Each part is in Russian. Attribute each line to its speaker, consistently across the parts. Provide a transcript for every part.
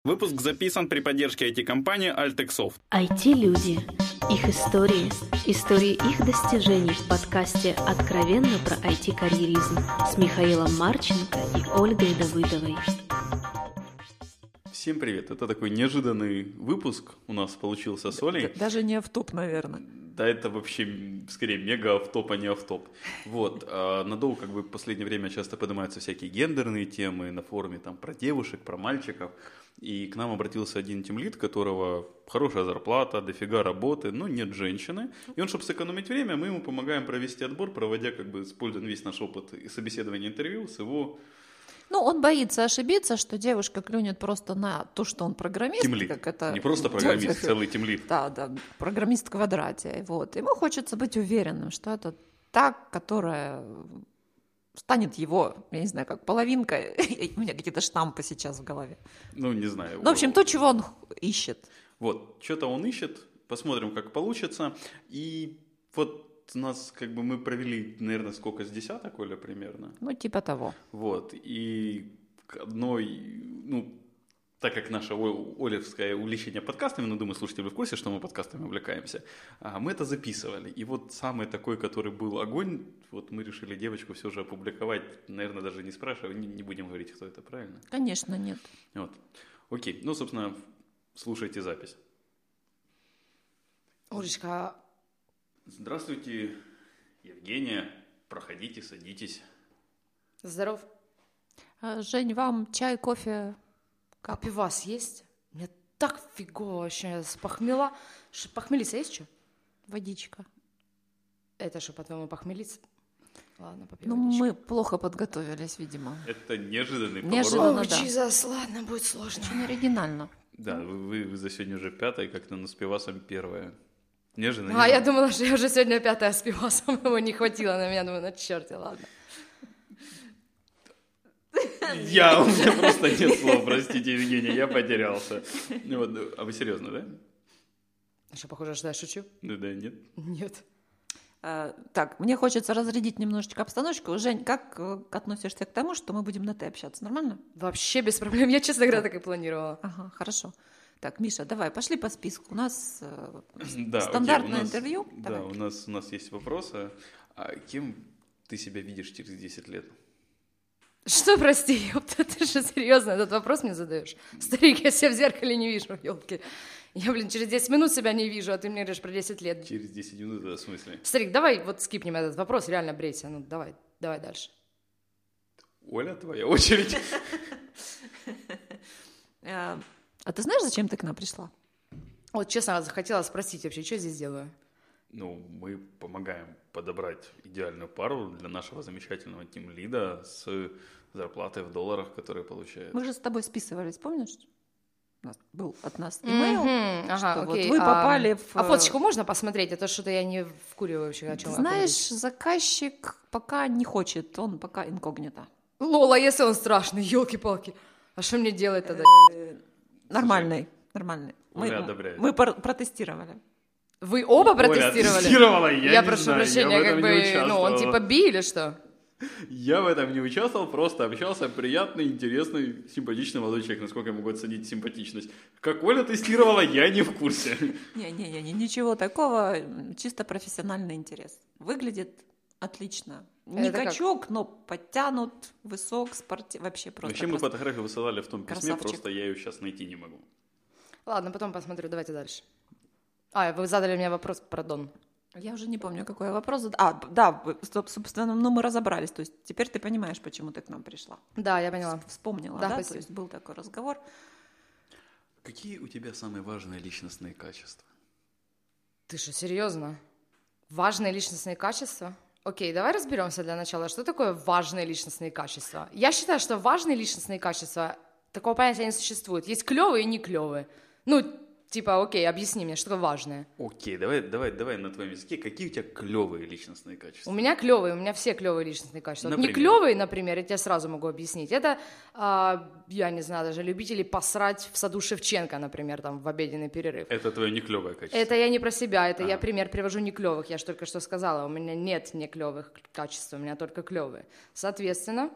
Speaker 1: Выпуск записан при поддержке IT-компании Altexoft.
Speaker 2: IT-люди. Их истории. Истории их достижений в подкасте «Откровенно про IT-карьеризм» с Михаилом Марченко и Ольгой Давыдовой.
Speaker 1: Всем привет. Это такой неожиданный выпуск у нас получился с Олей.
Speaker 3: Даже не автоп, наверное.
Speaker 1: Да, это вообще скорее мега автоп, а не автоп. Вот. Надолго как бы в последнее время часто поднимаются всякие гендерные темы на форуме там, про девушек, про мальчиков. И к нам обратился один тимлид, которого хорошая зарплата, дофига работы, но нет женщины. И он, чтобы сэкономить время, мы ему помогаем провести отбор, проводя, как бы, используя весь наш опыт и собеседования интервью с его...
Speaker 3: Ну, он боится ошибиться, что девушка клюнет просто на то, что он программист.
Speaker 1: Тимлид.
Speaker 3: Как это...
Speaker 1: Не просто программист, целый тимлид.
Speaker 3: Да, программист в квадрате. Вот. Ему хочется быть уверенным, что это та, которая станет его, я не знаю, как половинка. У меня какие-то штампы сейчас в голове.
Speaker 1: Ну, не знаю.
Speaker 3: Ну, в общем, то, чего он ищет.
Speaker 1: Вот, что-то он ищет, посмотрим, как получится. И вот у нас, как бы, мы провели, наверное, сколько, с десяток, Оля, примерно?
Speaker 3: Ну, типа того.
Speaker 1: Вот, и к одной, ну, так как наше олевское увлечение подкастами, ну, думаю, слушатели, вы в курсе, что мы подкастами увлекаемся, мы это записывали. И вот самый такой, который был огонь, вот мы решили девочку все же опубликовать, наверное, даже не спрашивая, не будем говорить, кто это, правильно?
Speaker 3: Конечно, нет.
Speaker 1: Вот, окей, ну, собственно, слушайте запись.
Speaker 3: Олечка.
Speaker 1: Здравствуйте, Евгения, проходите, садитесь.
Speaker 4: Здоров.
Speaker 3: Жень, вам чай, кофе?
Speaker 4: А пивас есть? Мне так фигово вообще спохмела. Похмелиться есть что?
Speaker 3: Водичка.
Speaker 4: Это что, по-твоему, похмелиться? Ладно, попью
Speaker 3: Ну,
Speaker 4: водичку.
Speaker 3: мы плохо подготовились, видимо.
Speaker 1: Это неожиданный
Speaker 3: Неожиданно,
Speaker 1: поворот.
Speaker 3: да.
Speaker 4: Jesus, ладно, будет сложно.
Speaker 3: Очень оригинально.
Speaker 1: Да, вы за сегодня уже пятая, как-то, но с пивасом первая. Неожиданно.
Speaker 4: А, я думала, что я уже сегодня пятая с пивасом, его не хватило на меня, думаю, на черте, ладно.
Speaker 1: У меня просто нет слов, простите, Евгения, я потерялся. Ну, вот, а вы серьезно, да?
Speaker 4: Что, похоже, что я шучу?
Speaker 1: Да, нет.
Speaker 4: Нет.
Speaker 3: Так, мне хочется разрядить немножечко обстановочку. Жень, как относишься к тому, что мы будем на «ты» общаться? Нормально?
Speaker 4: Вообще без проблем. Я, честно говоря, так и планировала.
Speaker 3: Ага, хорошо. Так, Миша, давай, пошли по списку. У нас
Speaker 1: Да,
Speaker 3: стандартное
Speaker 1: окей,
Speaker 3: интервью.
Speaker 1: Да,
Speaker 3: Давай.
Speaker 1: у нас есть вопросы. А кем ты себя видишь через 10 лет?
Speaker 4: Что, прости, ёпта, ты же серьезно этот вопрос мне задаешь? Старик, я себя в зеркале не вижу, ёлки. Я, через 10 минут себя не вижу, а ты мне говоришь про 10 лет.
Speaker 1: Через 10 минут, да, в смысле?
Speaker 4: Старик, давай вот скипнем этот вопрос, реально брейся, ну давай дальше.
Speaker 1: Оля, твоя очередь.
Speaker 3: А ты знаешь, зачем ты к нам пришла?
Speaker 4: Вот честно, захотела спросить вообще, что я здесь делаю?
Speaker 1: Ну, мы помогаем подобрать идеальную пару для нашего замечательного тимлида с зарплатой в долларах, которые получает.
Speaker 3: Мы же с тобой списывались, помнишь? У нас был от нас имейл,
Speaker 4: Ага,
Speaker 3: что
Speaker 4: окей.
Speaker 3: вот вы попали в...
Speaker 4: А фоточку можно посмотреть? А то что-то я не вкуриваю вообще, о чем
Speaker 3: Знаешь, заказчик пока не хочет, он пока инкогнито.
Speaker 4: Лола, если он страшный, елки-палки. А что мне делать тогда?
Speaker 3: Нормальный.
Speaker 1: Оля одобряет.
Speaker 3: Мы протестировали.
Speaker 4: Вы оба
Speaker 1: Оля
Speaker 4: протестировали?
Speaker 1: тестировала, я не
Speaker 4: прошу
Speaker 1: знаю,
Speaker 4: прощения,
Speaker 1: я в
Speaker 4: как
Speaker 1: этом не
Speaker 4: бы, ну, он
Speaker 1: участвовал.
Speaker 4: типа би или что?
Speaker 1: Я в этом не участвовал, просто общался. Приятный, интересный, симпатичный молодой человек. Насколько я могу оценить симпатичность. Как Оля тестировала, я не в курсе.
Speaker 3: Не, ничего такого, чисто профессиональный интерес. Выглядит отлично. Не
Speaker 4: Это как?
Speaker 3: качок, но подтянут, высок, спортивный, вообще просто.
Speaker 1: Вообще мы фотографию высылали в том письме,
Speaker 3: красавчик.
Speaker 1: просто я ее сейчас найти не могу.
Speaker 4: Ладно, потом посмотрю, давайте дальше. Вы задали мне вопрос, пардон.
Speaker 3: Я уже не помню, какой я вопрос задала. Да, собственно, ну мы разобрались. То есть теперь ты понимаешь, почему ты к нам пришла.
Speaker 4: Да, я поняла.
Speaker 3: Вспомнила,
Speaker 4: Да,
Speaker 3: да?
Speaker 4: спасибо.
Speaker 3: То есть был такой разговор.
Speaker 1: Какие у тебя самые важные личностные качества?
Speaker 4: Ты что, серьезно? Важные личностные качества? Окей, давай разберемся для начала, что такое важные личностные качества. Я считаю, что важные личностные качества, такого понятия не существует. Есть клевые и не клевые. Ну, типа, окей, объясни мне, что такое важное.
Speaker 1: Окей, давай на твоем языке. Какие у тебя клевые личностные качества?
Speaker 4: У меня клевые, у меня все клевые личностные качества. Вот не
Speaker 1: Например?
Speaker 4: клевые, например, я тебе сразу могу объяснить. Это, я не знаю, даже любители посрать в саду Шевченко, например, там в обеденный перерыв.
Speaker 1: Это твое не клевое качество.
Speaker 4: Это я не про себя, это я
Speaker 1: Ага.
Speaker 4: пример привожу не клевых. Я же только что сказала, у меня нет не клевых качеств, у меня только клевые. Соответственно,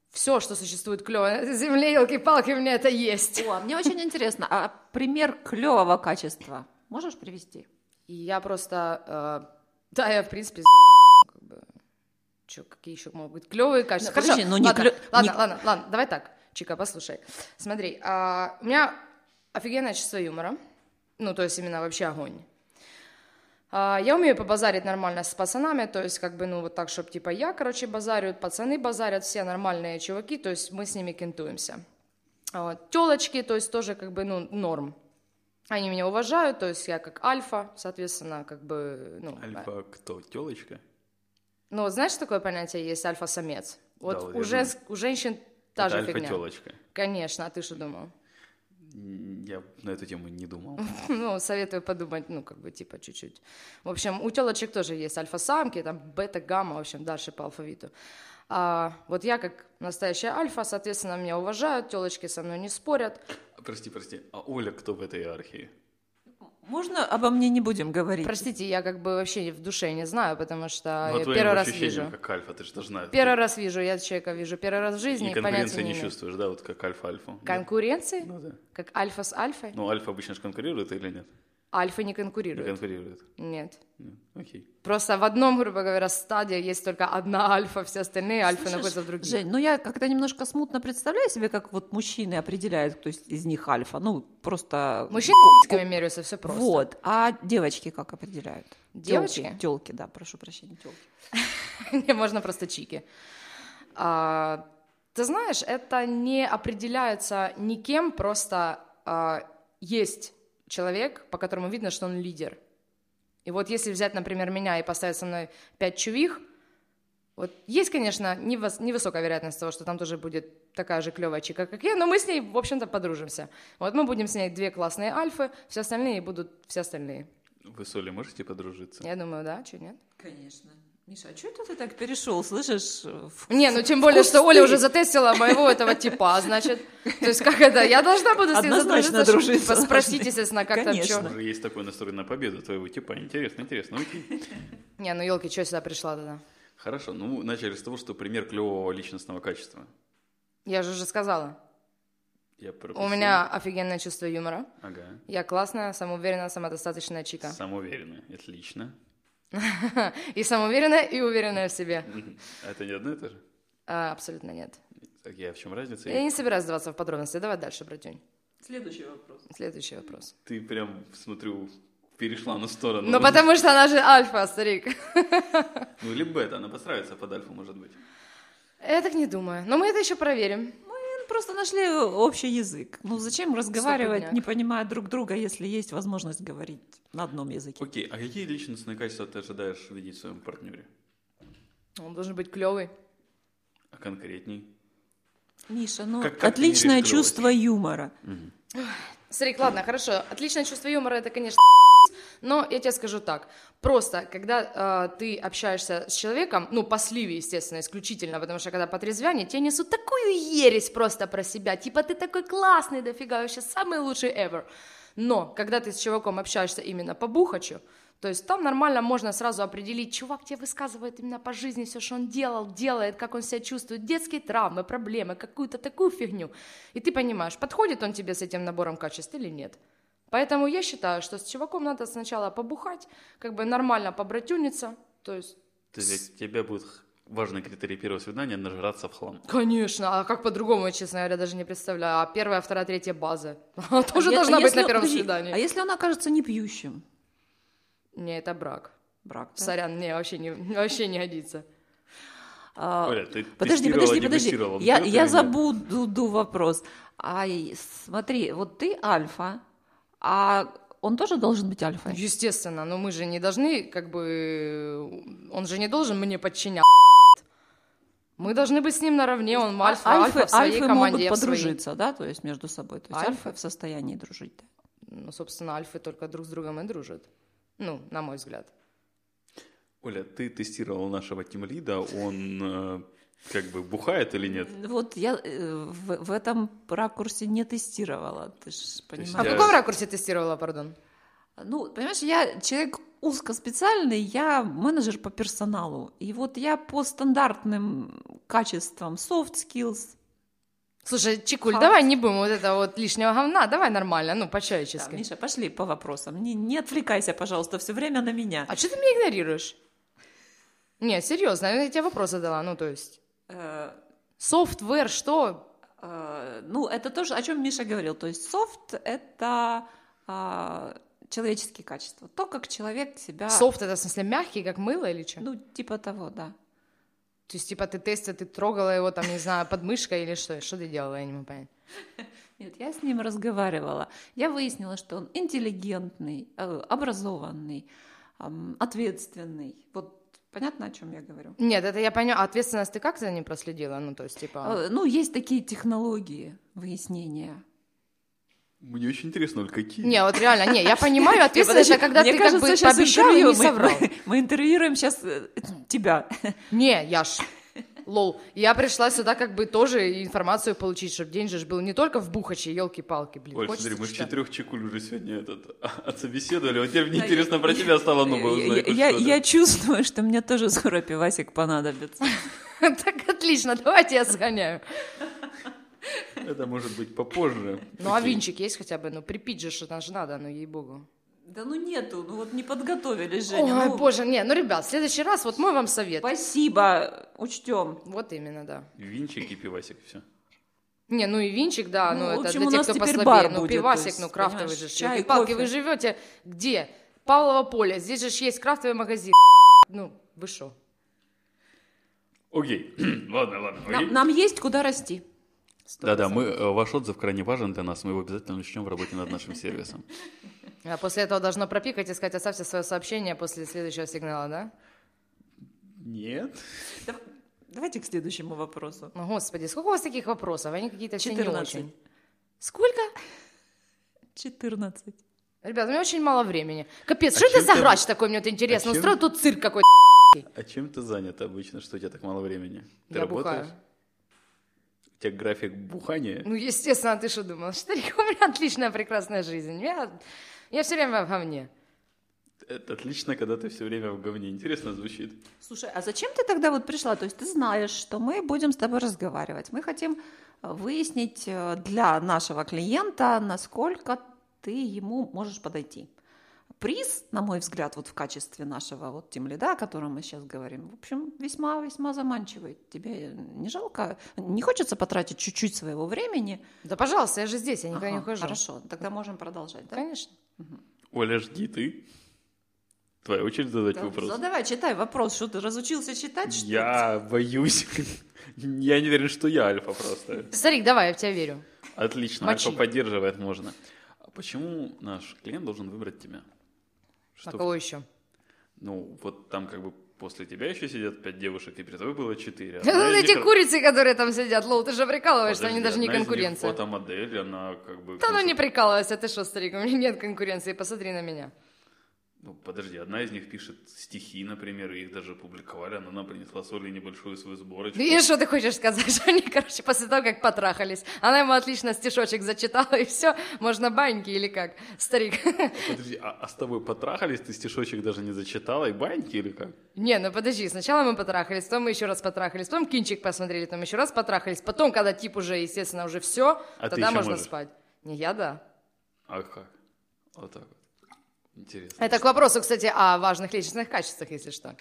Speaker 4: Все, что существует клёво на этой земле, елки-палки, у меня это есть.
Speaker 3: О, мне очень интересно, а пример клевого качества можешь привести?
Speaker 4: И я просто... да, я, в принципе, как бы... Чё, какие еще могут быть клевые качества?
Speaker 3: Подожди,
Speaker 4: Хорошо,
Speaker 3: ну не
Speaker 4: ладно, давай так. Чика, послушай. Смотри, у меня офигенное чувство юмора. Ну, то есть именно вообще огонь. Я умею побазарить нормально с пацанами, то есть как бы, ну, вот так, чтобы, типа, я, короче, базарю, пацаны базарят, все нормальные чуваки, то есть мы с ними кентуемся. Тёлочки, то есть тоже, как бы, ну, норм. Они меня уважают, то есть я как альфа, соответственно, как бы, ну...
Speaker 1: Альфа кто? Тёлочка?
Speaker 4: Ну, вот знаешь, такое понятие есть альфа-самец? Вот,
Speaker 1: Да, вот
Speaker 4: у женщин та же
Speaker 1: это
Speaker 4: фигня.
Speaker 1: альфа-тёлочка.
Speaker 4: Конечно, а ты что думал?
Speaker 1: Я на эту тему не думал.
Speaker 4: Ну, советую подумать, ну, как бы, типа, чуть-чуть. В общем, у тёлочек тоже есть альфа-самки, там, бета, гамма, в общем, дальше по алфавиту. Вот я, как настоящая альфа, соответственно, меня уважают, тёлочки со мной не спорят.
Speaker 1: Прости, а Оля кто в этой иерархии?
Speaker 3: Можно обо мне не будем говорить?
Speaker 4: Простите, я как бы вообще в душе не знаю, потому что
Speaker 1: Ну,
Speaker 4: я
Speaker 1: твоим
Speaker 4: первый раз
Speaker 1: ощущениям,
Speaker 4: вижу.
Speaker 1: как альфа, ты же должна...
Speaker 4: Первый раз вижу, я человека вижу первый раз в жизни,
Speaker 1: И
Speaker 4: понятия
Speaker 1: конкуренции не
Speaker 4: имею.
Speaker 1: чувствуешь, да, вот как альфа-альфа?
Speaker 4: Конкуренции?
Speaker 1: Ну да.
Speaker 4: Как альфа с альфой?
Speaker 1: Ну, альфа обычно же конкурирует или нет?
Speaker 4: Альфа не
Speaker 1: Не
Speaker 4: конкурирует.
Speaker 1: конкурирует.
Speaker 4: Нет.
Speaker 1: Окей.
Speaker 4: Просто в одном, грубо говоря, стадии есть только одна альфа, все остальные альфы
Speaker 3: Слышишь,
Speaker 4: находятся в других.
Speaker 3: Жень, ну я как-то немножко смутно представляю себе, как вот мужчины определяют, кто из них альфа. Ну, просто...
Speaker 4: Мужчины с меряются, все просто.
Speaker 3: Вот. А девочки как определяют?
Speaker 4: Девочки?
Speaker 3: Тёлки, да, прошу прощения, тёлки.
Speaker 4: Не, можно просто чики. Ты знаешь, это не определяется никем, просто есть человек, по которому видно, что он лидер. И вот если взять, например, меня и поставить со мной 5 чувих, вот есть, конечно, невысокая вероятность того, что там тоже будет такая же клевая чика, как я, но мы с ней, в общем-то, подружимся. Вот мы будем с ней 2 классные альфы, все остальные будут все остальные.
Speaker 1: Вы с Олей можете подружиться?
Speaker 4: Я думаю, да, что нет?
Speaker 3: Конечно. Миша, а что это ты так перешел, слышишь?
Speaker 4: Не, ну тем более, что Оля уже затестила моего этого типа, значит, то есть как это, я должна буду с ним
Speaker 3: Однозначно
Speaker 4: задружиться,
Speaker 3: дружиться.
Speaker 4: спросить, естественно, как там
Speaker 3: Конечно.
Speaker 4: что.
Speaker 1: Уже есть такой настрой на победу твоего типа. Интересно, окей.
Speaker 4: Не, ну елки, что сюда пришла тогда?
Speaker 1: Хорошо, ну начали с того, что пример клевого личностного качества.
Speaker 4: Я же уже сказала.
Speaker 1: Я пропустил.
Speaker 4: У меня офигенное чувство юмора.
Speaker 1: Ага.
Speaker 4: Я классная, самоуверенная, самодостаточная чика.
Speaker 1: Самоуверенная, отлично.
Speaker 4: И самоуверенная, и уверенная в себе.
Speaker 1: А это не одно и то же?
Speaker 4: Абсолютно нет.
Speaker 1: Так в чем разница?
Speaker 4: Я не собираюсь сдаваться в подробности. Давай дальше, братюнь.
Speaker 3: Следующий вопрос.
Speaker 4: Следующий вопрос.
Speaker 1: Ты прям, смотрю, перешла на сторону.
Speaker 4: Ну, потому что она же альфа, старик.
Speaker 1: Ну, или бета, она подстраивается под альфу, может быть.
Speaker 4: Я так не думаю. Но мы это еще проверим.
Speaker 3: Просто нашли общий язык. Ну зачем разговаривать,
Speaker 4: Стопудняк.
Speaker 3: не понимая друг друга, если есть возможность говорить на одном языке?
Speaker 1: Окей, а какие личностные качества ты ожидаешь видеть в своем партнере?
Speaker 4: Он должен быть клевый.
Speaker 1: А конкретней?
Speaker 3: Миша, ну
Speaker 1: Как
Speaker 3: отличное
Speaker 1: тренируешь
Speaker 3: чувство юмора.
Speaker 4: Старик, ладно, хорошо. Отличное чувство юмора, это, конечно, но я тебе скажу так. Просто, когда ты общаешься с человеком, ну, по сливе, естественно, исключительно, потому что когда по трезвяне, тебе несут такую ересь просто про себя, типа ты такой классный, дофига, вообще самый лучший ever. Но, когда ты с чуваком общаешься именно по бухачу, то есть там нормально можно сразу определить, чувак тебе высказывает именно по жизни все, что он делает, как он себя чувствует, детские травмы, проблемы, какую-то такую фигню. И ты понимаешь, подходит он тебе с этим набором качеств или нет. Поэтому я считаю, что с чуваком надо сначала побухать, как бы нормально побратюниться, то есть...
Speaker 1: То есть для тебя будет важный критерий первого свидания — нажраться в хлам.
Speaker 4: Конечно, а как по-другому, я, честно говоря, даже не представляю. А первая, вторая, третья база тоже
Speaker 3: А
Speaker 4: должна быть
Speaker 3: если-
Speaker 4: на первом
Speaker 3: подожди,
Speaker 4: свидании.
Speaker 3: А если он окажется не пьющим?
Speaker 4: Не, это брак.
Speaker 3: Брак, да?
Speaker 4: Сорян, не, вообще не годится.
Speaker 1: Оля, ты
Speaker 3: Подожди,
Speaker 1: тестировала,
Speaker 3: подожди.
Speaker 1: дегустировала,
Speaker 3: Я
Speaker 1: пьёт или нет?
Speaker 3: забуду вопрос. Смотри, вот ты альфа, а он тоже должен быть альфой?
Speaker 4: Естественно, но мы же не должны, как бы, он же не должен мне подчиняться. Мы должны быть с ним наравне, он альфа в своей
Speaker 3: альфы
Speaker 4: команде,
Speaker 3: могут
Speaker 4: я в своей.
Speaker 3: подружиться, да, то есть между собой. То есть
Speaker 4: Альфы?
Speaker 3: альфы в состоянии дружить. Да.
Speaker 4: Ну, собственно, альфы только друг с другом и дружат. Ну, на мой взгляд.
Speaker 1: Оля, ты тестировал нашего тимлида, он как бы бухает или нет?
Speaker 3: Вот я в этом ракурсе не тестировала, ты же
Speaker 1: есть
Speaker 3: понимаешь.
Speaker 4: А в
Speaker 1: я-
Speaker 4: каком ракурсе тестировала, пардон?
Speaker 3: Ну, понимаешь, я человек узкоспециальный, я менеджер по персоналу. И вот я по стандартным качествам soft skills.
Speaker 4: Слушай, Чикуль, давай не будем вот этого вот лишнего говна, давай нормально, ну, по-человечески.
Speaker 3: Да, Миша, пошли по вопросам. Не отвлекайся, пожалуйста, все время на меня.
Speaker 4: А что ты меня игнорируешь? Не, серьезно, я тебе вопрос задала, ну, то есть... Софтвер, что?
Speaker 3: Ну, это тоже, о чем Миша говорил. То есть софт — это человеческие качества. То, как человек себя...
Speaker 4: Софт — это, в смысле, мягкий, как мыло или что?
Speaker 3: Ну, типа того, да.
Speaker 4: То есть, типа, ты трогала его, там, не знаю, под мышкой или что? Что ты делала, я не могу понять.
Speaker 3: Нет, я с ним разговаривала. Я выяснила, что он интеллигентный, образованный, ответственный. Вот понятно, о чем я говорю?
Speaker 4: Нет, это я поняла. А ответственность ты как за ним проследила? Ну, то есть, типа...
Speaker 3: Ну, есть такие технологии выяснения.
Speaker 1: Мне очень интересно, Оль, какие?
Speaker 4: Не, вот реально, не, я понимаю, ответственность, это когда
Speaker 3: мне
Speaker 4: ты
Speaker 3: кажется,
Speaker 4: как бы
Speaker 3: сейчас
Speaker 4: пообещал и не соврал.
Speaker 3: Мы интервьюируем сейчас тебя.
Speaker 4: Не, я ж... Лол, я пришла сюда как бы тоже информацию получить, чтобы день же был не только в Бухаче, елки-палки, блин.
Speaker 1: Оль,
Speaker 4: Хочется
Speaker 1: смотри, мы же
Speaker 4: читать.
Speaker 1: 4 чекуль уже сегодня отсобеседовали, вот теперь мне интересно про тебя стало, ну, бы узнать хоть что-то.
Speaker 3: Я чувствую, что мне тоже скоро пивасик понадобится.
Speaker 4: Так отлично, давайте я сгоняю.
Speaker 1: Это может быть попозже.
Speaker 4: Ну, а винчик есть хотя бы? Ну, припить же, что же надо, ну, ей-богу.
Speaker 3: Да ну нету, ну вот не подготовились,
Speaker 4: Ой,
Speaker 3: Женя.
Speaker 4: боже, не, ну, ребят, в следующий раз вот мой вам совет.
Speaker 3: Спасибо, учтем.
Speaker 4: Вот именно, да.
Speaker 1: Винчик и пивасик, все.
Speaker 4: Не, ну и винчик, да,
Speaker 3: Ну,
Speaker 4: ну
Speaker 3: в
Speaker 4: это
Speaker 3: общем,
Speaker 4: для
Speaker 3: у
Speaker 4: тех,
Speaker 3: нас
Speaker 4: кто
Speaker 3: теперь
Speaker 4: послабее.
Speaker 3: бар
Speaker 4: Ну,
Speaker 3: будет,
Speaker 4: пивасик,
Speaker 3: то есть,
Speaker 4: ну, крафтовый
Speaker 3: понимаешь,
Speaker 4: же.
Speaker 3: чай,
Speaker 4: Палки,
Speaker 3: кофе.
Speaker 4: вы живете где? Павлово поле, здесь же есть крафтовый магазин. Ну, вы шо?
Speaker 1: Окей, ладно, окей.
Speaker 3: Нам есть куда расти.
Speaker 1: Да-да, ваш отзыв крайне важен для нас, мы его обязательно начнем в работе над нашим сервисом.
Speaker 4: А после этого должно пропикать и сказать, оставьте свое сообщение после следующего сигнала, да?
Speaker 1: Нет.
Speaker 3: Давайте к следующему вопросу.
Speaker 4: Ну, господи, сколько у вас таких вопросов? Они какие-то все не
Speaker 3: 14.
Speaker 4: очень. Сколько?
Speaker 3: 14.
Speaker 4: Ребят, у меня очень мало времени. Капец,
Speaker 1: А
Speaker 4: что это
Speaker 1: чем
Speaker 4: за
Speaker 1: ты-
Speaker 4: грач такой, мне вот интересно?
Speaker 1: а чем-
Speaker 4: Устроил тут цирк какой-то.
Speaker 1: А чем ты занята обычно, что у тебя так мало времени? Ты
Speaker 4: Я
Speaker 1: работаешь?
Speaker 4: бухаю.
Speaker 1: У тебя график бухания?
Speaker 4: Ну, естественно, ты что думал? Старик, у меня отличная, прекрасная жизнь. Я все время в говне.
Speaker 1: Это отлично, когда ты все время в говне. Интересно звучит.
Speaker 3: Слушай, а зачем ты тогда вот пришла? То есть ты знаешь, что мы будем с тобой разговаривать. Мы хотим выяснить для нашего клиента, насколько ты ему можешь подойти. Приз, на мой взгляд, вот в качестве нашего вот тимлида, о котором мы сейчас говорим, в общем, весьма-весьма заманчивый. Тебе не жалко? Не хочется потратить чуть-чуть своего времени?
Speaker 4: Да, пожалуйста, я же здесь, я никуда не
Speaker 3: Ага,
Speaker 4: ухожу.
Speaker 3: Хорошо, тогда можем продолжать, да?
Speaker 4: Конечно.
Speaker 1: Оля, жди ты. Твоя очередь задать
Speaker 3: Да,
Speaker 1: вопрос.
Speaker 3: задавай, читай вопрос. Что, ты разучился читать, что ли?
Speaker 1: Я боюсь. Я не уверен, что я альфа просто.
Speaker 4: Старик, давай, я в тебя верю.
Speaker 1: Отлично,
Speaker 4: Мочи.
Speaker 1: альфа поддерживает, можно. А почему наш клиент должен выбрать тебя?
Speaker 4: А кого еще?
Speaker 1: Ну, вот там как бы после тебя еще сидят 5 девушек, и перед тобой было 4.
Speaker 4: Ну, эти курицы, которые там сидят, лол, ты же прикалываешься, они даже не
Speaker 1: одна из них
Speaker 4: конкуренция.
Speaker 1: фотомодель, она как бы...
Speaker 4: Да ну не прикалывайся, ты что, старик, у меня нет конкуренции, посмотри на меня.
Speaker 1: Ну, подожди, одна из них пишет стихи, например, и их даже публиковали, она принесла с Олей небольшую свою сборочку.
Speaker 4: И что ты хочешь сказать, что они, короче, после того, как потрахались, она ему отлично стишочек зачитала, и все, можно баньки или как, старик?
Speaker 1: Подожди, а с тобой потрахались, ты стишочек даже не зачитала, и баньки или как?
Speaker 4: Не, ну подожди, сначала мы потрахались, потом мы еще раз потрахались, потом кинчик посмотрели, потом еще раз потрахались, потом, когда тип уже, естественно, уже все,
Speaker 1: А ты
Speaker 4: тогда
Speaker 1: еще
Speaker 4: можно
Speaker 1: можешь?
Speaker 4: спать. Не, я да.
Speaker 1: А как? Вот так вот. Интересно.
Speaker 4: Это к вопросу, кстати, о важных личностных качествах, если что.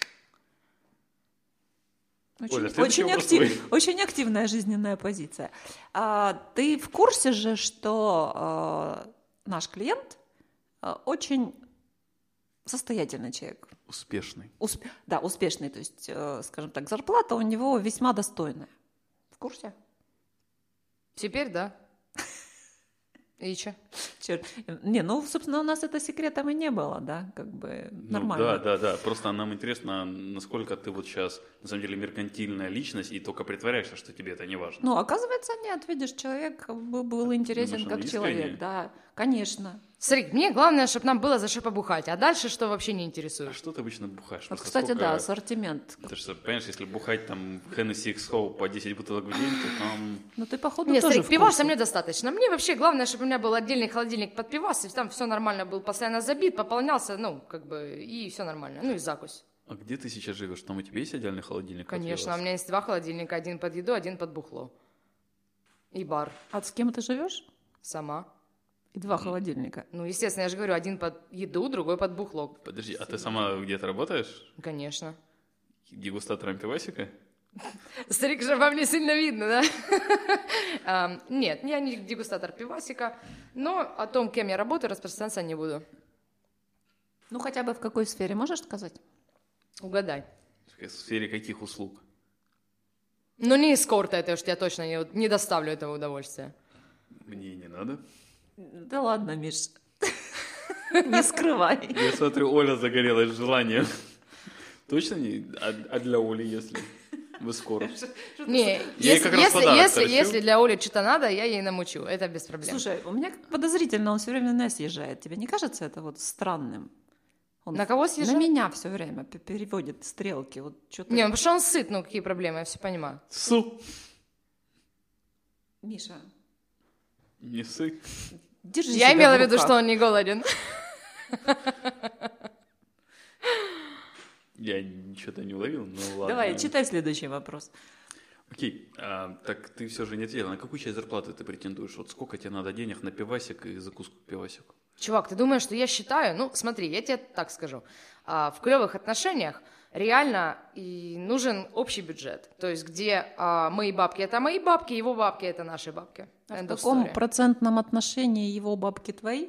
Speaker 1: Оля, следующий вопрос твой.
Speaker 3: Очень активная жизненная позиция. Ты в курсе же, что наш клиент очень состоятельный человек?
Speaker 1: Успешный.
Speaker 3: Да, успешный. То есть, скажем так, зарплата у него весьма достойная. В курсе?
Speaker 4: Теперь да. И что?
Speaker 3: Черт. Не, ну, собственно, у нас это секретом и не было, да, как бы нормально.
Speaker 1: Да. Просто нам интересно, насколько ты вот сейчас, на самом деле, меркантильная личность и только притворяешься, что тебе это не важно.
Speaker 3: Ну, оказывается, нет, видишь, человек был интересен
Speaker 1: Думаешь, он
Speaker 3: как
Speaker 1: искренний?
Speaker 3: человек, да, конечно.
Speaker 4: Смотри, мне главное, чтобы нам было за что побухать, а дальше что вообще не
Speaker 1: А
Speaker 4: интересует.
Speaker 1: что ты обычно бухаешь?
Speaker 3: Вот,
Speaker 1: Просто
Speaker 3: кстати,
Speaker 1: сколько-
Speaker 3: да, ассортимент.
Speaker 1: Ты же понимаешь, если бухать там Hennessy X-Hope по 10 бутылок в день, то там...
Speaker 3: Ну, ты, походу,
Speaker 4: Нет,
Speaker 3: тоже
Speaker 4: старик,
Speaker 3: в
Speaker 4: пиваса
Speaker 3: курсе.
Speaker 4: мне достаточно. Мне вообще главное, чтобы у меня был отдельный холодильник холодильник под пивас, и там все нормально, был постоянно забит, пополнялся, и все нормально, и закусь.
Speaker 1: А где ты сейчас живешь? Там у тебя есть отдельный холодильник?
Speaker 4: Конечно, у меня есть 2 холодильника, 1 под еду, 1 под бухло. И бар.
Speaker 3: А с кем ты живешь?
Speaker 4: Сама.
Speaker 3: И 2 холодильника.
Speaker 4: Естественно, я же говорю, 1 под еду, другой под бухло.
Speaker 1: Подожди, а ты сама где-то работаешь?
Speaker 4: Конечно.
Speaker 1: Дегустатором пивасика?
Speaker 4: Старик же вам не сильно видно, да? Нет, я не дегустатор пивасика, но о том, кем я работаю, распространяться не буду.
Speaker 3: Ну, хотя бы в какой сфере, можешь сказать?
Speaker 4: Угадай.
Speaker 1: В сфере каких услуг?
Speaker 4: Ну, не эскорта, это уж я точно не доставлю этого удовольствия.
Speaker 1: Мне не надо.
Speaker 3: Да ладно, Миш, не скрывай.
Speaker 1: Я смотрю, Оля загорелась желанием. Точно не? А для Оли, если в эскорт?
Speaker 4: Не,
Speaker 1: Ей как раз подарок
Speaker 4: если для Оли что-то надо, я ей намучу, это без проблем.
Speaker 3: Слушай, у меня подозрительно, он все время на нас съезжает. Тебе не кажется это вот странным? Он
Speaker 4: На кого съезжает?
Speaker 3: На меня все время переводит стрелки. Вот что-то...
Speaker 4: Не, потому что он сыт, какие проблемы, я все понимаю.
Speaker 3: Миша,
Speaker 1: Не ссы.
Speaker 3: держи
Speaker 4: Я
Speaker 3: себя
Speaker 4: имела в
Speaker 3: в
Speaker 4: виду,
Speaker 3: руках.
Speaker 4: что он не голоден.
Speaker 1: Я что-то не уловил, ну ладно.
Speaker 3: Давай, читай следующий вопрос.
Speaker 1: Окей, так ты все же не ответила. На какую часть зарплаты ты претендуешь? Вот сколько тебе надо денег на пивасик и закуску к пивасику?
Speaker 4: Чувак, ты думаешь, что я считаю? Ну, смотри, я тебе так скажу. В клевых отношениях реально и нужен общий бюджет. То есть, где мои бабки – это мои бабки, его бабки – это наши бабки.
Speaker 3: А в
Speaker 4: End of
Speaker 3: каком
Speaker 4: story.
Speaker 3: процентном отношении его бабки твои?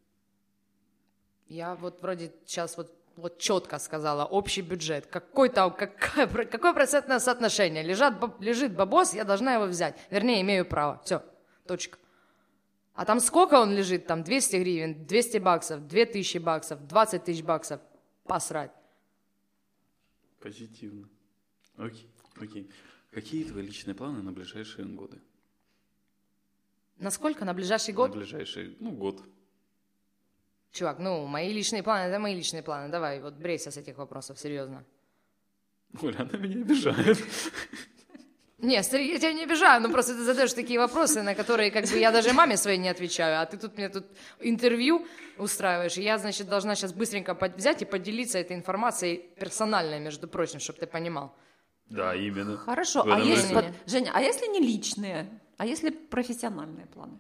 Speaker 4: Я вот вроде сейчас вот четко сказала, общий бюджет. Какое процентное соотношение? Лежит бабос, я должна его взять. Вернее, имею право. Все, точка. А там сколько он лежит? Там 200 гривен, 200 баксов, 2000 баксов, 20 тысяч баксов. Посрать.
Speaker 1: Позитивно. Окей. Какие твои личные планы на ближайшие годы?
Speaker 4: Насколько? На ближайший год?
Speaker 1: На ближайший, год.
Speaker 4: Чувак, мои личные планы, это мои личные планы. Давай, вот брейся с этих вопросов, серьезно.
Speaker 1: Оля, она меня обижает.
Speaker 4: Не, старик, я тебя не обижаю, просто ты задаешь такие вопросы, на которые я даже маме своей не отвечаю, а ты мне тут интервью устраиваешь, и я, значит, должна сейчас быстренько взять и поделиться этой информацией персональной, между прочим, чтобы ты понимал.
Speaker 1: Да, именно.
Speaker 3: Хорошо, Женя, а если не личные, а если профессиональные планы?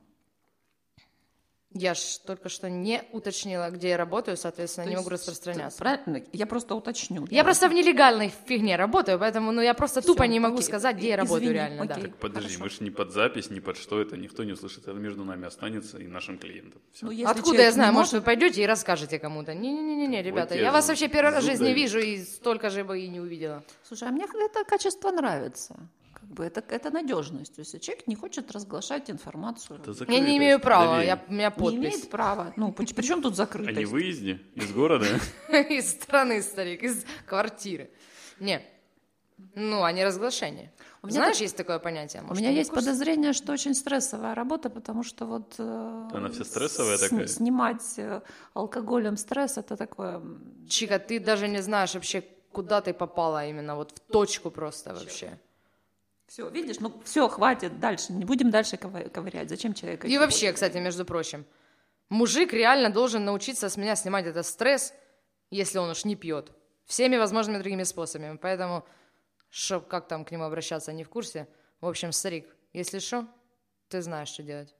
Speaker 4: Я ж только что не уточнила, где я работаю, соответственно, не могу распространяться.
Speaker 3: Правильно? Я просто уточню.
Speaker 4: Я просто в нелегальной фигне работаю, поэтому я просто тупо не могу сказать, где я работаю реально. Да.
Speaker 1: Так подожди, мы же не под запись, не под что это, никто не услышит, это между нами останется и нашим клиентам. Всё.
Speaker 4: Откуда я знаю? Может, вы пойдете и расскажете кому-то? Не, ребята, я вас вообще первый раз в жизни вижу и столько же бы и не увидела.
Speaker 3: Слушай, а мне это качество нравится. Это надежность. То есть человек не хочет разглашать информацию.
Speaker 4: Я не имею права, у меня подпись.
Speaker 3: Не имеет права. При чем тут закрытость?
Speaker 1: А не выезде? Из города?
Speaker 4: Из страны, старик, из квартиры. Не. А не разглашение. Знаешь, есть такое понятие?
Speaker 3: У меня есть подозрение, что очень стрессовая работа, потому что
Speaker 1: Она вся стрессовая такая?
Speaker 3: Снимать алкоголем стресс, это такое...
Speaker 4: Чика, ты даже не знаешь вообще, куда ты попала именно, в точку просто вообще.
Speaker 3: Все, видишь, все, хватит, дальше, не будем дальше ковырять. Зачем человека?
Speaker 4: И вообще, кстати, между прочим, мужик реально должен научиться с меня снимать этот стресс, если он уж не пьет, всеми возможными другими способами. Поэтому, как там к нему обращаться, не в курсе. В общем, старик, если что, ты знаешь, что делать.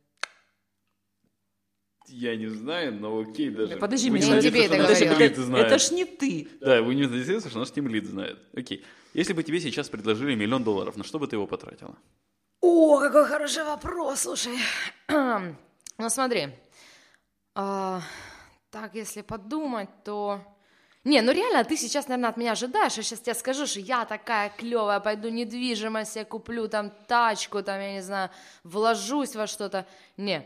Speaker 1: Я не знаю, но окей даже.
Speaker 3: Подожди,
Speaker 1: вы
Speaker 3: Миша, это ж не ты.
Speaker 1: Да, вы не надеетесь, что наш тимлид знает. Окей. Если бы тебе сейчас предложили $1 миллион, на что бы ты его потратила?
Speaker 4: О, какой хороший вопрос, слушай. Смотри. Так, если подумать, то... реально, ты сейчас, наверное, от меня ожидаешь, я сейчас тебе скажу, что я такая клевая, пойду недвижимость, я куплю там тачку, там, я не знаю, вложусь во что-то. Не,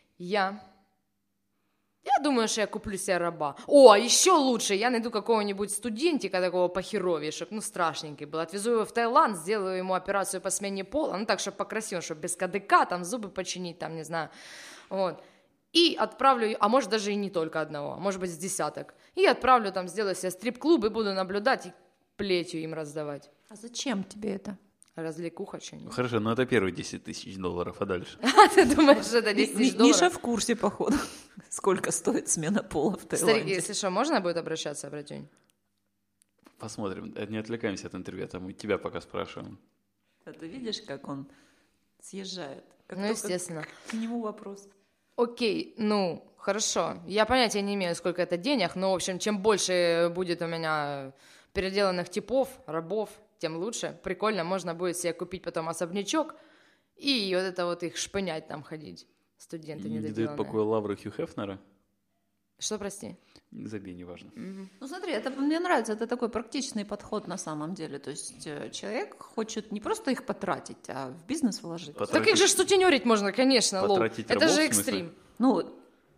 Speaker 4: я думаю, что я куплю себе раба. О, еще лучше, я найду какого-нибудь студентика такого похеровее, чтобы, страшненький был. Отвезу его в Таиланд, сделаю ему операцию по смене пола, так, чтобы покрасиво, чтобы без КДК, там, зубы починить, там, не знаю. Вот. И отправлю, а может даже и не только одного, может быть с десяток. И отправлю там, сделаю себе стрип-клуб и буду наблюдать и плетью им раздавать.
Speaker 3: А зачем тебе это?
Speaker 4: Развлекуха что-нибудь.
Speaker 1: Хорошо, но это первые 10 тысяч долларов, а дальше?
Speaker 4: А ты думаешь, что это 10 тысяч долларов?
Speaker 3: Миша в курсе, походу, сколько стоит смена пола в Таиланде.
Speaker 4: Старик, если что, можно будет обращаться, Братюнь?
Speaker 1: Посмотрим, не отвлекаемся от интервью, а мы тебя пока спрашиваем.
Speaker 3: А ты видишь, как он съезжает? Как
Speaker 4: Ну,
Speaker 3: только
Speaker 4: естественно.
Speaker 3: к нему вопрос.
Speaker 4: Окей, ну, хорошо. Я понятия не имею, сколько это денег, но, в общем, чем больше будет у меня переделанных типов, рабов, тем лучше. Прикольно, можно будет себе купить потом особнячок и вот это вот их шпынять там ходить. Студенты
Speaker 1: И не дают
Speaker 4: недоделанные.
Speaker 1: покоя лавры Хью Хефнера?
Speaker 4: Что, прости?
Speaker 1: Забей, неважно.
Speaker 3: Ну смотри, это мне нравится, это такой практичный подход на самом деле. То есть человек хочет не просто их потратить, а в бизнес вложить.
Speaker 4: Так их же сутенерить можно, конечно, лол.
Speaker 1: Потратить
Speaker 4: Это
Speaker 1: рабов,
Speaker 4: же
Speaker 1: в смысле?
Speaker 4: экстрим.
Speaker 3: Ну,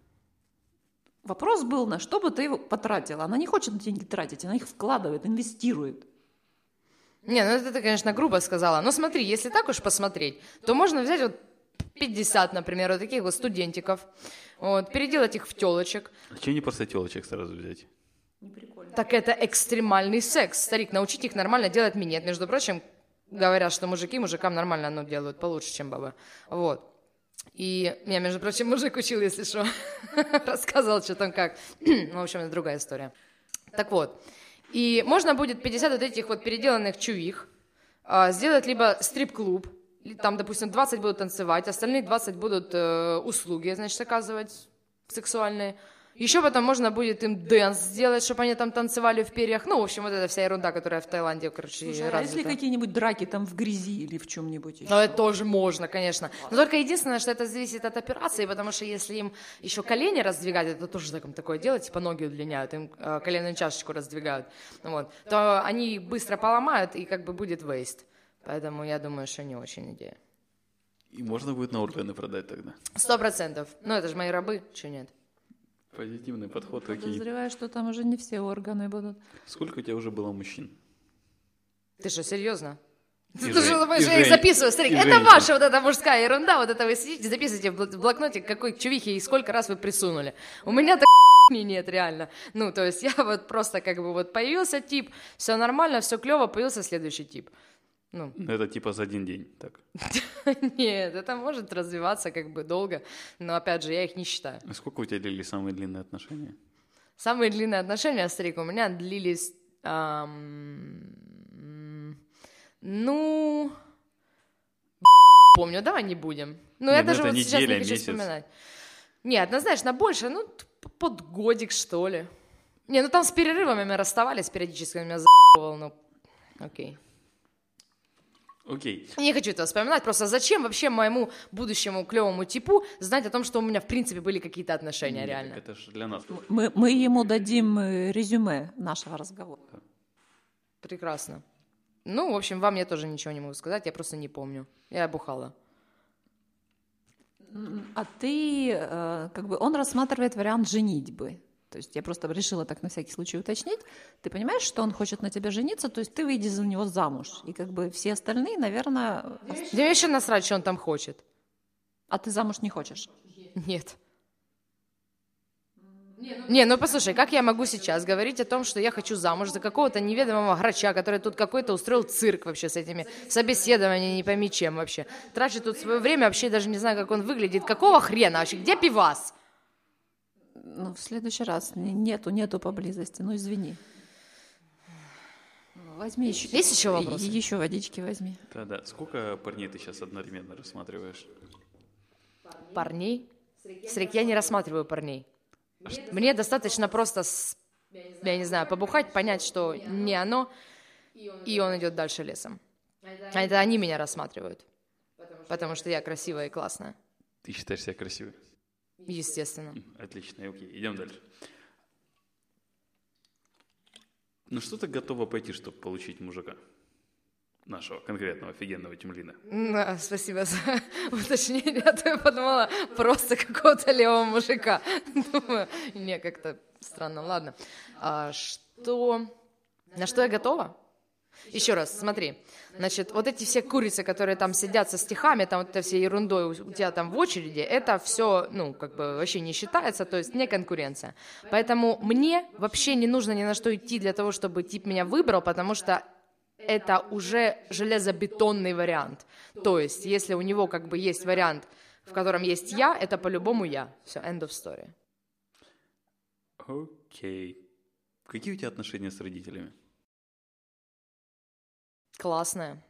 Speaker 3: вопрос был, на что бы ты его потратила. Она не хочет деньги тратить, она их вкладывает, инвестирует.
Speaker 4: Не, ну это ты, конечно, грубо сказала. Но смотри, если так уж посмотреть, то можно взять вот 50, например, вот таких вот студентиков, вот, переделать их в телочек.
Speaker 1: А чего не просто телочек сразу взять?
Speaker 4: Так это экстремальный секс. Старик, научить их нормально делать минет. Между прочим, говорят, что мужики мужикам нормально делают получше, чем бабы. Вот. И меня, между прочим, мужик учил, если что. Рассказывал, что там как. Ну, в общем, это другая история. Так вот. И можно будет 50 вот этих вот переделанных чувих сделать либо стрип-клуб, там, допустим, 20 будут танцевать, остальные 20 будут услуги, значит, оказывать сексуальные. Еще потом можно будет им дэнс сделать, чтобы они там танцевали в перьях. Ну, в общем, вот эта вся ерунда, которая в Таиланде, короче,
Speaker 3: Слушай, а
Speaker 4: развита.
Speaker 3: если какие-нибудь драки там в грязи или в чем-нибудь еще?
Speaker 4: Ну, это тоже можно, конечно. Но только единственное, что это зависит от операции, потому что если им еще колени раздвигать, это тоже такое делать, типа ноги удлиняют, им коленную чашечку раздвигают, вот, то они быстро поломают, и как бы будет waste. Поэтому я думаю, что не очень идея.
Speaker 1: И можно будет на органы продать тогда.
Speaker 4: 100%. Ну, это же мои рабы, что нет?
Speaker 1: Позитивный подход, окей.
Speaker 3: Подозреваю, что там уже не все органы будут.
Speaker 1: Сколько у тебя уже было мужчин?
Speaker 4: Ты что, серьезно?
Speaker 1: И
Speaker 4: Ты что думаешь, я их записываю, старик?
Speaker 1: и
Speaker 4: Это
Speaker 1: женщин.
Speaker 4: ваша вот эта мужская ерунда, вот это вы сидите, записываете в блокноте, какой чувихи и сколько раз вы присунули. У меня так нет, реально. Ну, то есть я вот просто как бы вот появился тип, все нормально, все клево, появился следующий тип. Ну,
Speaker 1: Это типа за один день, так.
Speaker 4: нет, это может развиваться как бы долго, но опять же, я их не считаю.
Speaker 1: А сколько у тебя длились самые длинные отношения?
Speaker 4: Самые длинные отношения, старик, у меня длились, ну, помню, давай не будем. Ну, я
Speaker 1: Нет, ну
Speaker 4: даже
Speaker 1: это
Speaker 4: вот сейчас не
Speaker 1: неделя,
Speaker 4: хочу
Speaker 1: месяц.
Speaker 4: вспоминать. Не, однозначно больше, ну, под годик, что ли. Не, ну там с перерывами мы расставались периодически, он меня за***ывал, ну, окей.
Speaker 1: Окей.
Speaker 4: Не хочу это вспоминать, просто зачем вообще моему будущему клевому типу знать о том, что у меня в принципе были какие-то отношения
Speaker 1: Нет,
Speaker 4: реально.
Speaker 1: так это же для нас.
Speaker 3: Мы ему дадим резюме нашего разговора.
Speaker 4: Прекрасно. Ну, в общем, вам я тоже ничего не могу сказать, я просто не помню. Я бухала.
Speaker 3: А ты, как бы, он рассматривает вариант женитьбы. То есть я просто решила так на всякий случай уточнить. Ты понимаешь, что он хочет на тебя жениться, то есть ты выйди за него замуж. И как бы все остальные, наверное...
Speaker 4: Да мне еще насрать, что он там хочет.
Speaker 3: А ты замуж не хочешь?
Speaker 4: Нет. Не, ну послушай, как я могу сейчас говорить о том, что я хочу замуж за какого-то неведомого грача, который тут какой-то устроил цирк вообще с этими собеседованиями, не пойми чем вообще. Трачу тут свое время, вообще даже не знаю, как он выглядит. Какого хрена вообще? Где пивас?
Speaker 3: Ну, в следующий раз. Нету поблизости. Ну, извини. Возьми еще.
Speaker 4: Есть еще вопросы?
Speaker 3: Еще водички возьми.
Speaker 1: Да. Сколько парней ты сейчас одновременно рассматриваешь?
Speaker 4: Парней? Срик, я не рассматриваю парней. Мне достаточно просто, я не знаю, побухать, понять, что не оно, и он идет дальше лесом. А это они меня рассматривают, потому что я красивая и классная.
Speaker 1: Ты считаешь себя красивой?
Speaker 4: Естественно.
Speaker 1: Отлично, окей, идем дальше. Ну что ты готова пойти, чтобы получить мужика? Нашего конкретного офигенного тимлина.
Speaker 4: Спасибо за уточнение, а то я подумала просто какого-то левого мужика. Думаю, не, как-то странно, ладно. На что я готова? Еще раз, смотри. Значит, вот эти все курицы, которые там сидят со стихами, там вот этой всей ерундой у тебя там в очереди, это все, ну, как бы вообще не считается, то есть не конкуренция. Поэтому мне вообще не нужно ни на что идти для того, чтобы тип меня выбрал, потому что это уже железобетонный вариант. То есть, если у него как бы есть вариант, в котором есть я, это по-любому я. Все, end of story.
Speaker 1: Окей. Какие у тебя отношения с родителями?
Speaker 4: Классная.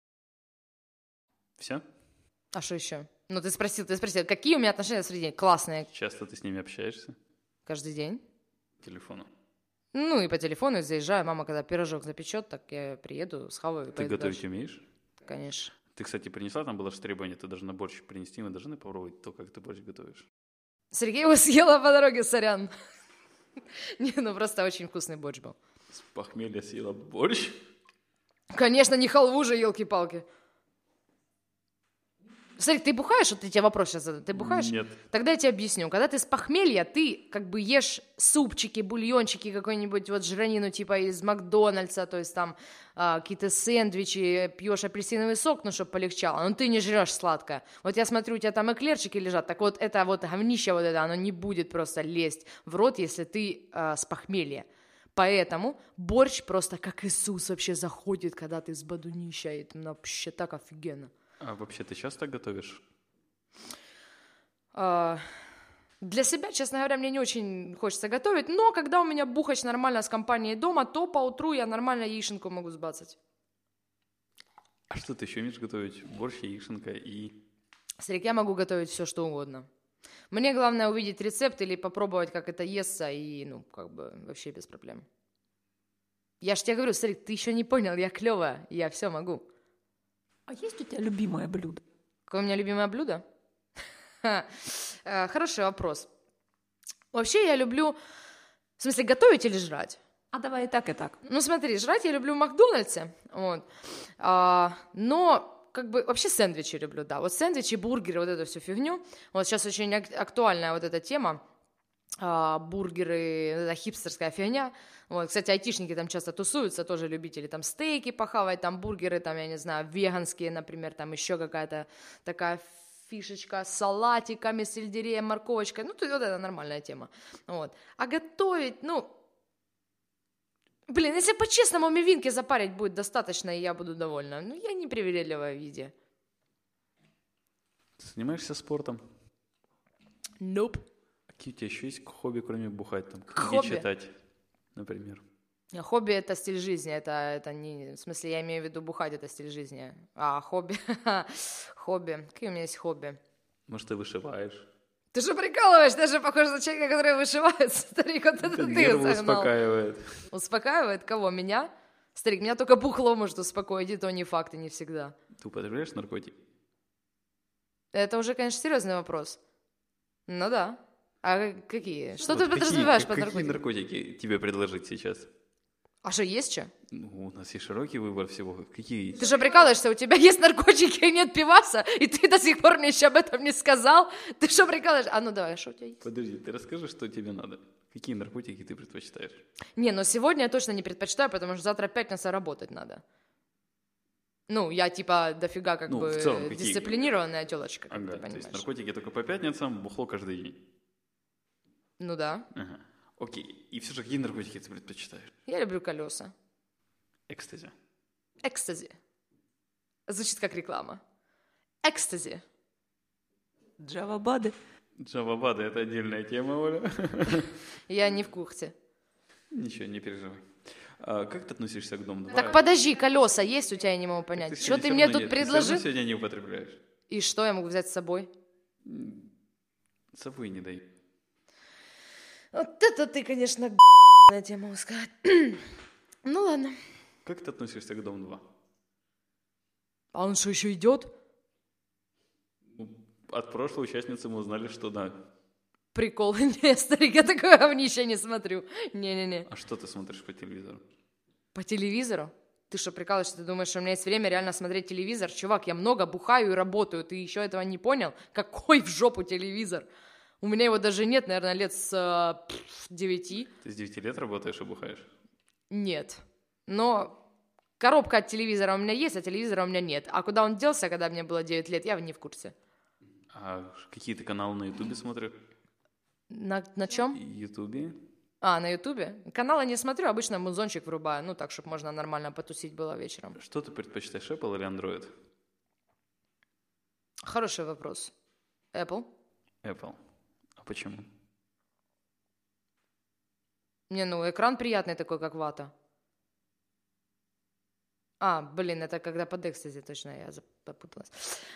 Speaker 1: Все?
Speaker 4: А что еще? Ну, ты спросил, какие у меня отношения с родителями? Классные.
Speaker 1: Часто ты с ними общаешься?
Speaker 4: Каждый день.
Speaker 1: По телефону?
Speaker 4: Ну, и по телефону заезжаю. Мама, когда пирожок запечет, так я приеду, схаваю.
Speaker 1: Ты готовить умеешь?
Speaker 4: Конечно.
Speaker 1: Ты, кстати, принесла, там было же требование, ты должна борщ принести, мы должны попробовать то, как ты борщ готовишь.
Speaker 4: Сергей его съела по дороге, сорян. Не, ну просто очень вкусный борщ был.
Speaker 1: С похмелья съела борщ?
Speaker 4: Конечно, не халву же, елки-палки. Смотри, ты бухаешь? Вот я тебе вопрос сейчас задаю. Ты бухаешь?
Speaker 1: Нет.
Speaker 4: Тогда я тебе объясню. Когда ты с похмелья, ты как бы ешь супчики, бульончики, какой-нибудь вот жранину типа из Макдональдса, то есть там какие-то сэндвичи, пьешь апельсиновый сок, ну, чтобы полегчало, но ты не жрешь сладкое. Вот я смотрю, у тебя там эклерчики лежат, так вот это вот говнище вот это, оно не будет просто лезть в рот, если ты с похмелья. Поэтому борщ просто как Иисус вообще заходит, когда ты с бодунища, и это вообще так офигенно.
Speaker 1: А вообще ты часто готовишь?
Speaker 4: Для себя, честно говоря, мне не очень хочется готовить, но когда у меня бухач нормально с компанией дома, то поутру я нормально яишенку могу сбацать.
Speaker 1: А что ты еще умеешь готовить? Борщ, яишенка и...
Speaker 4: Смотри, я могу готовить все, что угодно. Мне главное увидеть рецепт или попробовать, как это естся, и, ну, как бы вообще без проблем. Я ж тебе говорю, смотри, ты еще не понял, я клевая, я все могу.
Speaker 3: А есть у тебя любимое блюдо?
Speaker 4: Какое у меня любимое блюдо? Хороший вопрос. Вообще я люблю... В смысле, готовить или жрать?
Speaker 3: А давай и так, и так.
Speaker 4: Ну смотри, жрать я люблю в Макдональдсе, вот. Но как бы вообще сэндвичи люблю, да. Вот сэндвичи, бургеры, вот эту всю фигню. Вот сейчас очень актуальная вот эта тема. Бургеры, это хипстерская фигня. Вот, кстати, айтишники там часто тусуются, тоже любители там стейки похавать, там бургеры, там, я не знаю, веганские, например, там еще какая-то такая фишечка с салатиками, сельдереем, морковочкой. Ну, вот это нормальная тема. Вот. А готовить, ну... Блин, если по-честному мивинки запарить будет достаточно, и я буду довольна. Ну, я не привередливая в виде.
Speaker 1: Ты занимаешься спортом?
Speaker 4: Nope.
Speaker 1: Какие у тебя еще есть хобби, кроме бухать? Там, книги
Speaker 4: Хобби?
Speaker 1: читать, например.
Speaker 4: Хобби — это стиль жизни, это не... В смысле, я имею в виду бухать — это стиль жизни. А хобби? Хобби. Какие у меня есть хобби?
Speaker 1: Может, ты вышиваешь?
Speaker 4: Ты что, прикалываешь? Ты же похож на человека, который вышивает. Старик, вот это ты
Speaker 1: Нервы
Speaker 4: загнал.
Speaker 1: успокаивает.
Speaker 4: Успокаивает? Кого? Меня? Старик, меня только бухло может успокоить, и то не факт, и не всегда.
Speaker 1: Ты употребляешь наркотики?
Speaker 4: Это уже, конечно, серьезный вопрос. Ну да. А какие? Что
Speaker 1: Вот
Speaker 4: ты подразумеваешь под
Speaker 1: Какие
Speaker 4: наркотиками?
Speaker 1: наркотики тебе предложить сейчас?
Speaker 4: А что, есть что?
Speaker 1: Ну, у нас есть широкий выбор всего. Какие?
Speaker 4: Ты что, прикалываешься? У тебя есть наркотики и нет пиваса, и ты до сих пор мне еще об этом не сказал? Ты что, прикалываешься? А ну давай, что у тебя есть?
Speaker 1: Подожди, ты расскажи, что тебе надо. Какие наркотики ты предпочитаешь?
Speaker 4: Не, но сегодня я точно не предпочитаю, потому что завтра пятница работать надо. Ну, я типа дофига как
Speaker 1: Ну,
Speaker 4: бы
Speaker 1: в целом, какие?
Speaker 4: дисциплинированная телочка, как
Speaker 1: Ага,
Speaker 4: ты
Speaker 1: то есть
Speaker 4: понимаешь.
Speaker 1: наркотики только по пятницам, бухло каждый день.
Speaker 4: Ну да.
Speaker 1: Ага. Окей. И все же какие наркотики ты предпочитаешь?
Speaker 4: Я люблю колеса.
Speaker 1: Экстази.
Speaker 4: Экстази. Звучит как реклама. Экстази.
Speaker 3: Джавабады.
Speaker 1: Джавабады — это отдельная тема, Оля.
Speaker 4: Я не в кухте.
Speaker 1: Ничего, не переживай. А как ты относишься к Дому 2?
Speaker 4: Так подожди, колеса есть у тебя, я не могу понять. Что ты мне тут
Speaker 1: Ты
Speaker 4: предложил?
Speaker 1: сегодня не употребляешь.
Speaker 4: И что я могу взять с собой?
Speaker 1: С собой не дай.
Speaker 4: Вот это ты, конечно, на тему могу сказать. Ну ладно.
Speaker 1: Как ты относишься к Дому 2?
Speaker 4: А он что, еще идет?
Speaker 1: От прошлой участницы мы узнали, что да.
Speaker 4: Прикол. Не, старик, я такое говнище не смотрю. Не-не-не.
Speaker 1: А что ты смотришь по телевизору?
Speaker 4: По телевизору? Ты что, прикалываешься? Ты думаешь, что у меня есть время реально смотреть телевизор? Чувак, я много бухаю и работаю. Ты еще этого не понял? Какой в жопу телевизор? У меня его даже нет, наверное, лет с 9.
Speaker 1: Ты с 9 лет работаешь и бухаешь?
Speaker 4: Нет. Но коробка от телевизора у меня есть, а телевизора у меня нет. А куда он делся, когда мне было 9 лет, я не в курсе.
Speaker 1: А какие ты каналы на Ютубе смотришь?
Speaker 4: На чем?
Speaker 1: Ютубе?
Speaker 4: На Ютубе? Каналы не смотрю, обычно музончик врубаю, ну так, чтобы можно нормально потусить было вечером.
Speaker 1: Что ты предпочитаешь, Apple или Android?
Speaker 4: Хороший вопрос. Apple?
Speaker 1: Apple. А почему?
Speaker 4: Экран приятный такой, как вата. Это когда под экстази, точно, я запуталась.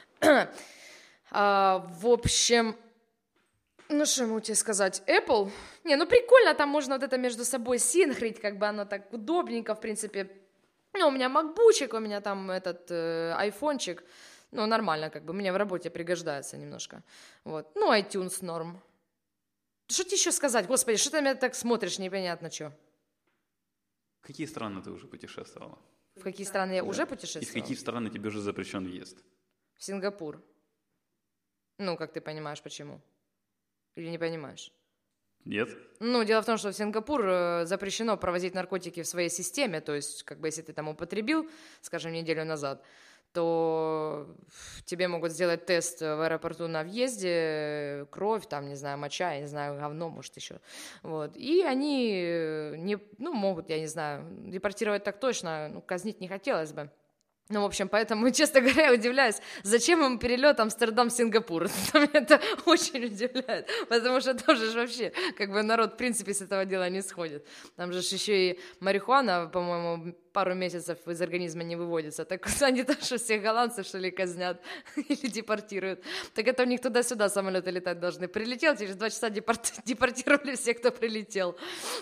Speaker 4: В общем, что я могу тебе сказать? Apple? Прикольно, там можно вот это между собой синхрить, как бы оно так удобненько, в принципе. У меня макбучик, у меня там этот айфончик. Нормально, как бы, мне в работе пригождается немножко. Вот. iTunes норм. Что тебе еще сказать? Господи, что ты на меня так смотришь, непонятно что.
Speaker 1: В какие страны ты уже путешествовала?
Speaker 4: В какие страны я уже путешествовала?
Speaker 1: И в какие страны тебе уже запрещен въезд?
Speaker 4: В Сингапур. Как ты понимаешь, почему? Или не понимаешь?
Speaker 1: Нет?
Speaker 4: Дело в том, что в Сингапур запрещено провозить наркотики в своей системе, то есть, как бы, если ты там употребил, скажем, неделю назад, то тебе могут сделать тест в аэропорту на въезде, кровь, там, не знаю, моча, я не знаю, говно, может, еще. Вот. И они могут, я не знаю, депортировать так точно, казнить не хотелось бы. В общем, поэтому, честно говоря, я удивляюсь, зачем им перелет Амстердам-Сингапур. Меня это очень удивляет, потому что там же вообще, как бы, народ, в принципе, с этого дела не сходит. Там же еще и марихуана, по-моему, пару месяцев из организма не выводится. Так они там что, всех голландцев, что ли, казнят или депортируют. Так это у них туда-сюда самолеты летать должны. Прилетел, через 2 часа депортировали всех, кто прилетел.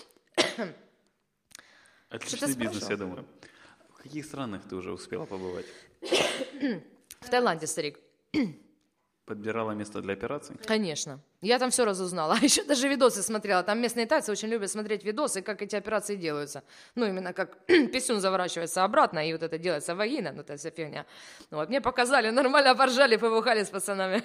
Speaker 1: Отличный бизнес, я думаю. В каких странах ты уже успела побывать?
Speaker 4: В Таиланде, старик.
Speaker 1: Подбирала место для операций?
Speaker 4: Конечно. Я там все разузнала. А еще даже видосы смотрела. Там местные тайцы очень любят смотреть видосы, как эти операции делаются. Именно как писюн заворачивается обратно, и вот это делается вагина, это вся фигня. Вот, мне показали, нормально поржали, побухали с пацанами.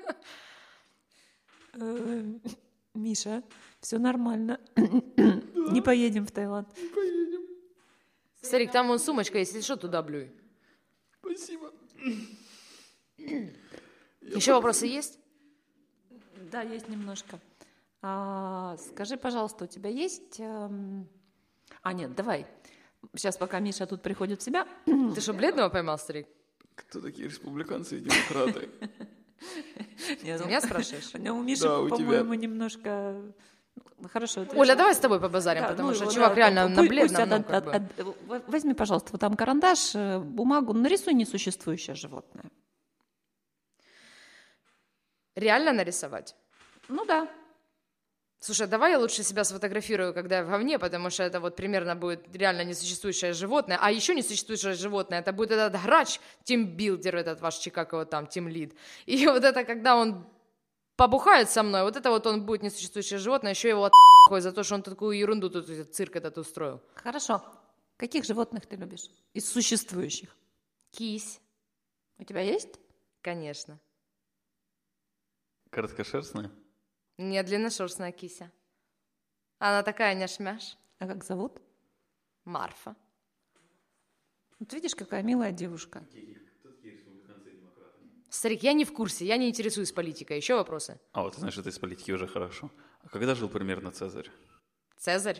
Speaker 3: Миша, все нормально. Не поедем в Таиланд.
Speaker 1: Не поедем.
Speaker 4: Старик, там вон сумочка есть, если что, туда блюй.
Speaker 1: Спасибо.
Speaker 4: Еще вопросы есть?
Speaker 3: Да, есть немножко. Скажи, пожалуйста, у тебя есть... нет, давай. Сейчас, пока Миша тут приходит в себя.
Speaker 4: Ты что, бледного поймал, старик?
Speaker 1: Кто такие республиканцы и демократы?
Speaker 4: Ты меня спрашиваешь?
Speaker 3: У Миши, по-моему, немножко... Хорошо.
Speaker 4: Оля, давай с тобой побазарим, потому что чувак реально на бледном.
Speaker 3: Возьми, пожалуйста, вот там карандаш, бумагу, нарисуй несуществующее животное.
Speaker 4: Реально нарисовать?
Speaker 3: Да.
Speaker 4: Слушай, давай я лучше себя сфотографирую, когда я в говне, потому что это вот примерно будет реально несуществующее животное. А еще несуществующее животное, это будет этот грач, тимбилдер, этот ваш, как его там, тимлид. И вот это, когда он побухает со мной, вот это вот он будет несуществующее животное, еще его отхуй за то, что он такую ерунду тут, цирк этот устроил.
Speaker 3: Хорошо. Каких животных ты любишь из существующих?
Speaker 4: Кись.
Speaker 3: У тебя есть?
Speaker 4: Конечно.
Speaker 1: Короткошерстная?
Speaker 4: Не, длинношерстная кися. Она такая няшмяш.
Speaker 3: А как зовут?
Speaker 4: Марфа.
Speaker 3: Вот видишь, какая милая девушка.
Speaker 4: Старик, я не в курсе, я не интересуюсь политикой. Еще вопросы?
Speaker 1: Вот, ты знаешь, это из политики уже хорошо. А когда жил примерно Цезарь?
Speaker 4: Цезарь?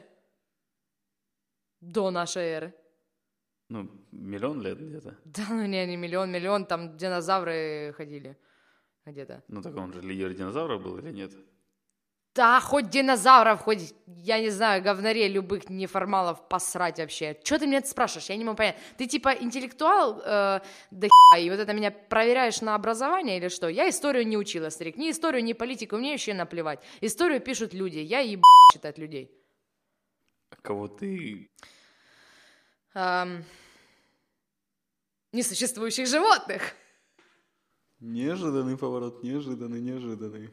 Speaker 4: До нашей эры.
Speaker 1: 1,000,000 лет где-то.
Speaker 4: Да, не миллион, там динозавры ходили где-то.
Speaker 1: Так он же лидер динозавров был или нет?
Speaker 4: Да, хоть динозавров, хоть, я не знаю, говнарей любых неформалов посрать вообще. Чего ты меня это спрашиваешь? Я не могу понять. Ты типа интеллектуал и вот это меня проверяешь на образование или что? Я историю не учила, старик. Ни историю, ни политику, мне вообще наплевать. Историю пишут люди, я читать людей.
Speaker 1: А кого ты...
Speaker 4: Несуществующих животных.
Speaker 1: Неожиданный поворот, неожиданный.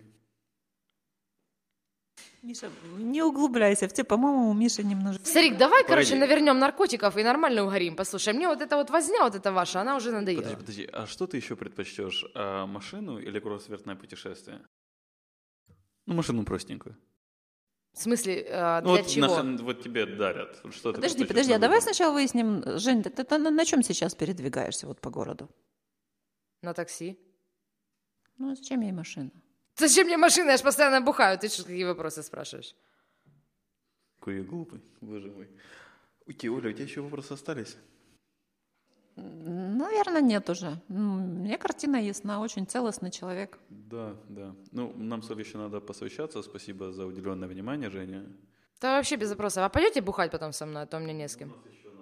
Speaker 3: Миша, не углубляйся. По-моему, у Миши немножко...
Speaker 4: Старик, давай, навернем наркотиков и нормально угорим. Послушай, мне вот эта вот возня, вот эта ваша, она уже надоела.
Speaker 1: Подожди, а что ты еще предпочтешь? Машину или кругосветное путешествие? Машину простенькую.
Speaker 4: В смысле, для чего?
Speaker 1: Вот тебе дарят. Что
Speaker 3: Подожди, а давай сначала выясним, Жень, ты на чем сейчас передвигаешься вот по городу?
Speaker 4: На такси.
Speaker 3: А зачем ей машина?
Speaker 4: Зачем мне машина? Я же постоянно бухаю. Ты что, какие вопросы спрашиваешь?
Speaker 1: Какой я глупый, боже мой. Окей, Оля, у тебя еще вопросы остались?
Speaker 3: Наверное, нет уже. Мне картина ясна, очень целостный человек.
Speaker 1: Да. Ну, нам с Олей еще надо посовещаться. Спасибо за уделенное внимание, Женя.
Speaker 4: Да вообще без вопросов. А пойдете бухать потом со мной, а то мне не с кем.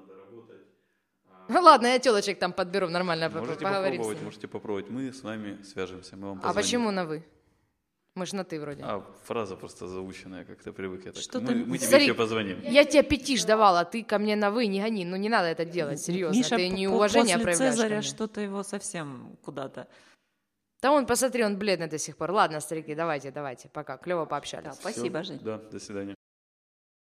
Speaker 4: Ну ладно, я телочек там подберу, нормально поговорим с ними.
Speaker 1: Можете попробовать. Мы с вами свяжемся, мы вам
Speaker 4: А
Speaker 1: позвоним.
Speaker 4: почему на «вы»? Мы ж на «ты» вроде.
Speaker 1: А, фраза просто заученная, как-то привык я так.
Speaker 3: Что
Speaker 1: Мы
Speaker 3: ты-
Speaker 1: тебе
Speaker 4: Смотри,
Speaker 1: еще позвоним.
Speaker 4: Я тебе пятиш давала, ты ко мне на «вы» не гони. Ну не надо это делать, серьезно.
Speaker 3: Миша
Speaker 4: Ты неуважение
Speaker 3: после
Speaker 4: проявляешь ко
Speaker 3: Цезаря
Speaker 4: мне.
Speaker 3: что-то его совсем куда-то.
Speaker 4: Да он, посмотри, он бледный до сих пор. Ладно, старики, давайте, пока. Клево пообщались.
Speaker 3: Да, спасибо,
Speaker 1: Всё.
Speaker 3: Жень.
Speaker 1: Да, до свидания.